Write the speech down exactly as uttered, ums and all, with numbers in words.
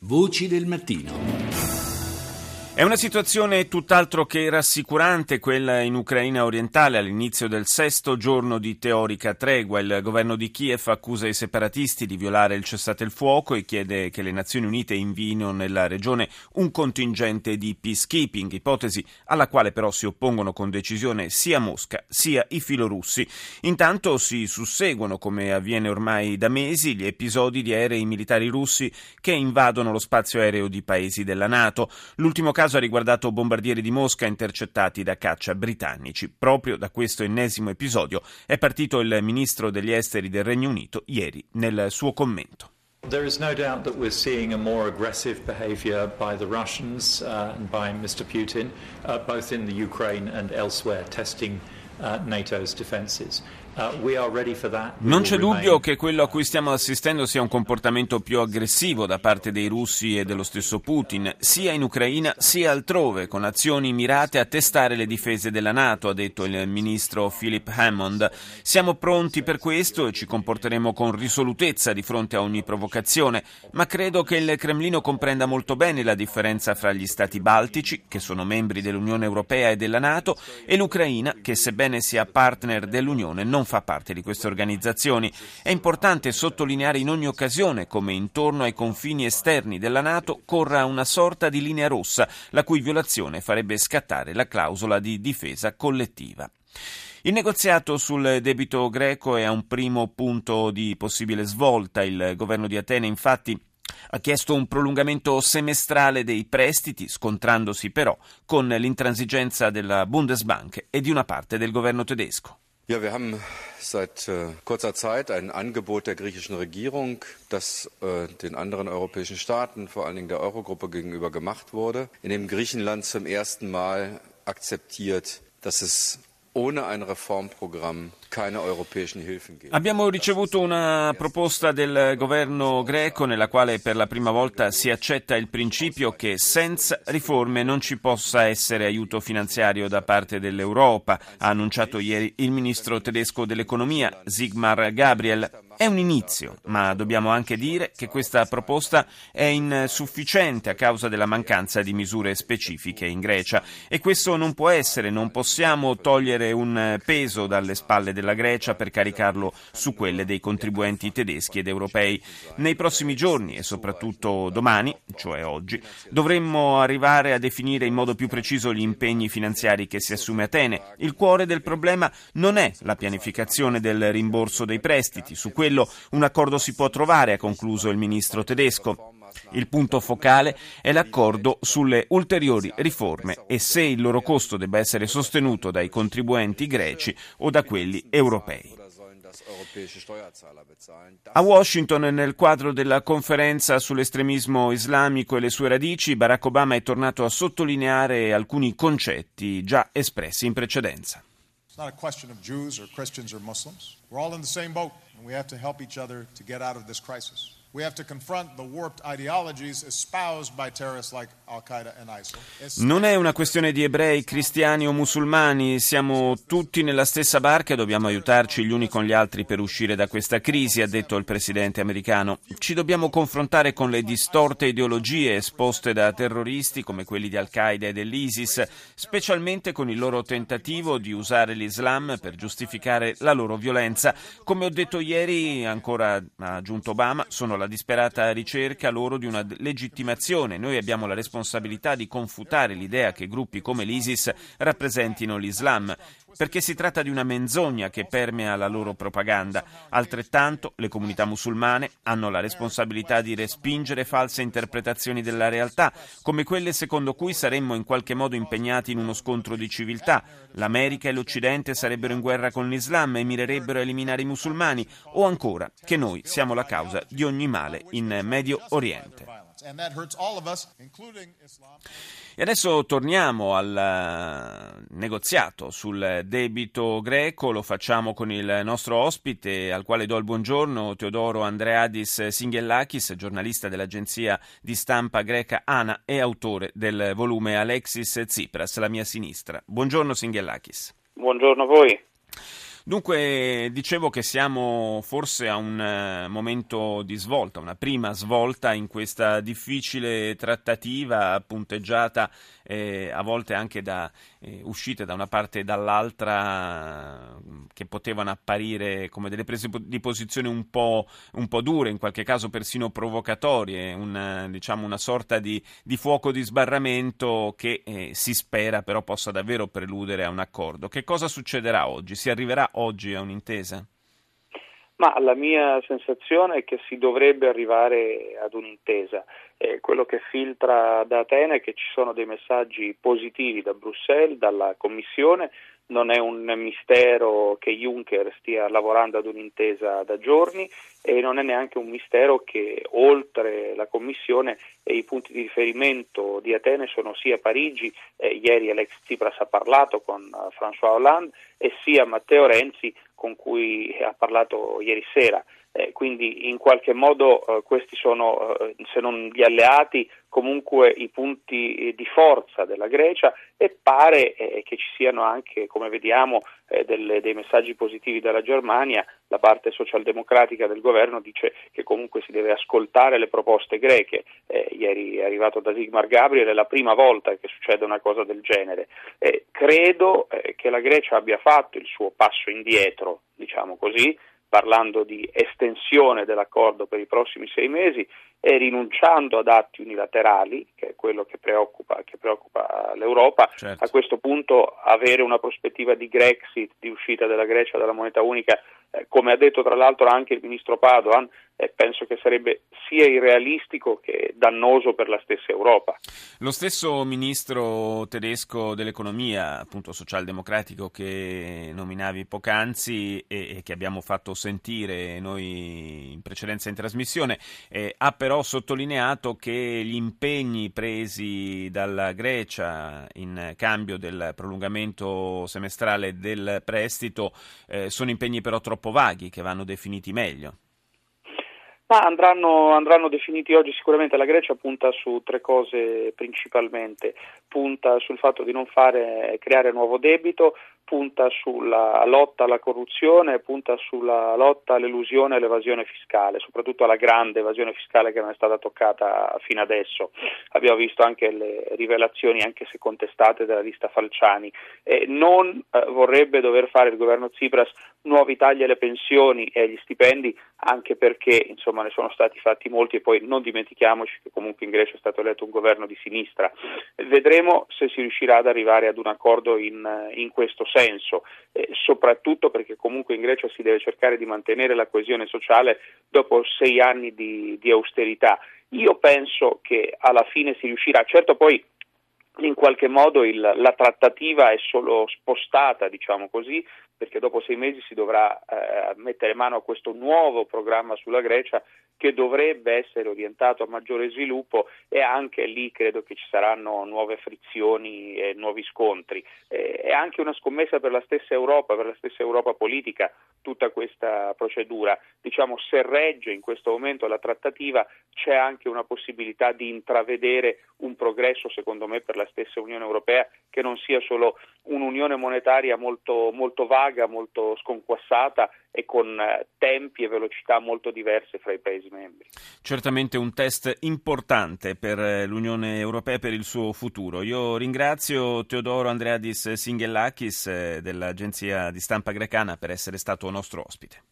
Voci del mattino. È una situazione tutt'altro che rassicurante quella in Ucraina orientale all'inizio del sesto giorno di teorica tregua. Il governo di Kiev accusa i separatisti di violare il cessate il fuoco e chiede che le Nazioni Unite invino nella regione un contingente di peacekeeping, ipotesi alla quale però si oppongono con decisione sia Mosca sia i filorussi. Intanto si susseguono, come avviene ormai da mesi, gli episodi di aerei militari russi che invadono lo spazio aereo di paesi della NATO. L'ultimo caso ha riguardato bombardieri di Mosca intercettati da caccia britannici. Proprio da questo ennesimo episodio è partito il ministro degli esteri del Regno Unito ieri nel suo commento. There is no doubt that we're seeing a more aggressive behavior by the Russians uh, and by mister Putin, uh, both in the Ukraine and elsewhere, testing uh, NATO's defenses. Uh, we are ready for that. Non c'è dubbio che quello a cui stiamo assistendo sia un comportamento più aggressivo da parte dei russi e dello stesso Putin, sia in Ucraina sia altrove, con azioni mirate a testare le difese della NATO, ha detto il ministro Philip Hammond. Siamo pronti per questo e ci comporteremo con risolutezza di fronte a ogni provocazione, ma credo che il Cremlino comprenda molto bene la differenza fra gli stati baltici, che sono membri dell'Unione Europea e della NATO, e l'Ucraina, che sebbene sia partner dell'Unione non fa parte di queste organizzazioni. È importante sottolineare in ogni occasione come intorno ai confini esterni della NATO corra una sorta di linea rossa, la cui violazione farebbe scattare la clausola di difesa collettiva. Il negoziato sul debito greco è a un primo punto di possibile svolta. Il governo di Atene, infatti, ha chiesto un prolungamento semestrale dei prestiti, scontrandosi però con l'intransigenza della Bundesbank e di una parte del governo tedesco. Ja, wir haben seit äh, kurzer Zeit ein Angebot der griechischen Regierung, das äh, den anderen europäischen Staaten, vor allen Dingen der Eurogruppe gegenüber gemacht wurde, in dem Griechenland zum ersten Mal akzeptiert, dass es ohne ein Reformprogramm keine europäischen Hilfen gibt. Abbiamo ricevuto una proposta del governo greco nella quale per la prima volta si accetta il principio che senza riforme non ci possa essere aiuto finanziario da parte dell'Europa, ha annunciato ieri il ministro tedesco dell'economia Sigmar Gabriel. È un inizio, ma dobbiamo anche dire che questa proposta è insufficiente a causa della mancanza di misure specifiche in Grecia e questo non può essere, non possiamo togliere un peso dalle spalle della Grecia per caricarlo su quelle dei contribuenti tedeschi ed europei. Nei prossimi giorni e soprattutto domani, cioè oggi, dovremmo arrivare a definire in modo più preciso gli impegni finanziari che si assume Atene. Il cuore del problema non è la pianificazione del rimborso dei prestiti, su quello un accordo si può trovare, ha concluso il ministro tedesco. Il punto focale è l'accordo sulle ulteriori riforme e se il loro costo debba essere sostenuto dai contribuenti greci o da quelli europei. A Washington, nel quadro della conferenza sull'estremismo islamico e le sue radici, Barack Obama è tornato a sottolineare alcuni concetti già espressi in precedenza. It's not a question of Jews or Christians or Muslims. We're all in the same boat, and we have to help each other to get out of this crisis. We have to confront the warped ideologies espoused by terrorists like Al-Qaeda and ISIL. Non è una questione di ebrei, cristiani o musulmani, siamo tutti nella stessa barca e dobbiamo aiutarci gli uni con gli altri per uscire da questa crisi, ha detto il presidente americano. Ci dobbiamo confrontare con le distorte ideologie esposte da terroristi come quelli di Al-Qaeda e dell'ISIS, specialmente con il loro tentativo di usare l'Islam per giustificare la loro violenza. Come ho detto ieri, ancora ha aggiunto Obama, sono la disperata ricerca loro di una legittimazione. Noi abbiamo la responsabilità di confutare l'idea che gruppi come l'ISIS rappresentino l'Islam, perché si tratta di una menzogna che permea la loro propaganda. Altrettanto, le comunità musulmane hanno la responsabilità di respingere false interpretazioni della realtà, come quelle secondo cui saremmo in qualche modo impegnati in uno scontro di civiltà. L'America e l'Occidente sarebbero in guerra con l'Islam e mirerebbero a eliminare i musulmani, o ancora che noi siamo la causa di ogni male in Medio Oriente. E adesso torniamo al negoziato sul debito greco, lo facciamo con il nostro ospite al quale do il buongiorno, Teodoro Andreadis Singellakis, giornalista dell'agenzia di stampa greca ANA e autore del volume Alexis Tsipras, la mia sinistra. Buongiorno Singellakis. Buongiorno a voi. Dunque, dicevo che siamo forse a un eh, momento di svolta, una prima svolta in questa difficile trattativa punteggiata eh, a volte anche da eh, uscite da una parte e dall'altra che potevano apparire come delle prese di posizione un po', un po' dure, in qualche caso persino provocatorie, una, diciamo una sorta di, di fuoco di sbarramento che eh, si spera però possa davvero preludere a un accordo. Che cosa succederà oggi? Si arriverà oggi a un'intesa? Ma la mia sensazione è che si dovrebbe arrivare ad un'intesa. Eh, quello che filtra da Atene è che ci sono dei messaggi positivi da Bruxelles, dalla Commissione. Non è un mistero che Juncker stia lavorando ad un'intesa da giorni e non è neanche un mistero che oltre la Commissione eh, i punti di riferimento di Atene sono sia Parigi, eh, ieri Alex Tsipras ha parlato con uh, François Hollande, e sia Matteo Renzi con cui ha parlato ieri sera. Eh, quindi in qualche modo eh, questi sono, eh, se non gli alleati, comunque i punti eh, di forza della Grecia, e pare eh, che ci siano anche, come vediamo, eh, delle, dei messaggi positivi dalla Germania. La parte socialdemocratica del governo dice che comunque si deve ascoltare le proposte greche. Eh, ieri è arrivato da Sigmar Gabriel, è la prima volta che succede una cosa del genere. Eh, credo eh, che la Grecia abbia fatto il suo passo indietro, diciamo così, parlando di estensione dell'accordo per i prossimi sei mesi e rinunciando ad atti unilaterali, che è quello che preoccupa, che preoccupa l'Europa. Certo. A questo punto avere una prospettiva di Grexit, di uscita della Grecia dalla moneta unica, eh, come ha detto tra l'altro anche il ministro Padoan, eh, penso che sarebbe sia irrealistico che dannoso per la stessa Europa. Lo stesso ministro tedesco dell'economia, appunto socialdemocratico, che nominavi poc'anzi e, e che abbiamo fatto sentire noi in precedenza in trasmissione, eh, ha però sottolineato che gli impegni presi dalla Grecia in cambio del prolungamento semestrale del prestito eh, sono impegni però troppo vaghi, che vanno definiti meglio. Ma andranno, andranno definiti oggi sicuramente. La Grecia punta su tre cose principalmente: punta sul fatto di non fare creare nuovo debito, punta sulla lotta alla corruzione, punta sulla lotta all'elusione e all'evasione fiscale, soprattutto alla grande evasione fiscale che non è stata toccata fino adesso. Abbiamo visto anche le rivelazioni, anche se contestate, della lista Falciani. Eh, non eh, vorrebbe dover fare il governo Tsipras nuovi tagli alle pensioni e agli stipendi, anche perché insomma ne sono stati fatti molti, e poi non dimentichiamoci che comunque in Grecia è stato eletto un governo di sinistra. Vedremo se si riuscirà ad arrivare ad un accordo in, in questo senso, eh, soprattutto perché comunque in Grecia si deve cercare di mantenere la coesione sociale dopo sei anni di, di austerità. Io penso che alla fine si riuscirà. Certo, poi in qualche modo il, la trattativa è solo spostata, diciamo così, perché dopo sei mesi si dovrà eh, mettere mano a questo nuovo programma sulla Grecia, che dovrebbe essere orientato a maggiore sviluppo, e anche lì credo che ci saranno nuove frizioni e nuovi scontri. Eh, è anche una scommessa per la stessa Europa, per la stessa Europa politica, tutta questa procedura. Diciamo, se regge in questo momento la trattativa, c'è anche una possibilità di intravedere un progresso, secondo me, per la stessa Unione Europea, che non sia solo un'unione monetaria molto, molto vaga, molto sconquassata e con eh, tempi e velocità molto diverse fra i Paesi membri. Certamente un test importante per l'Unione Europea e per il suo futuro. Io ringrazio Teodoro Andreadis Singellakis eh, dell'agenzia di stampa grecana per essere stato nostro ospite.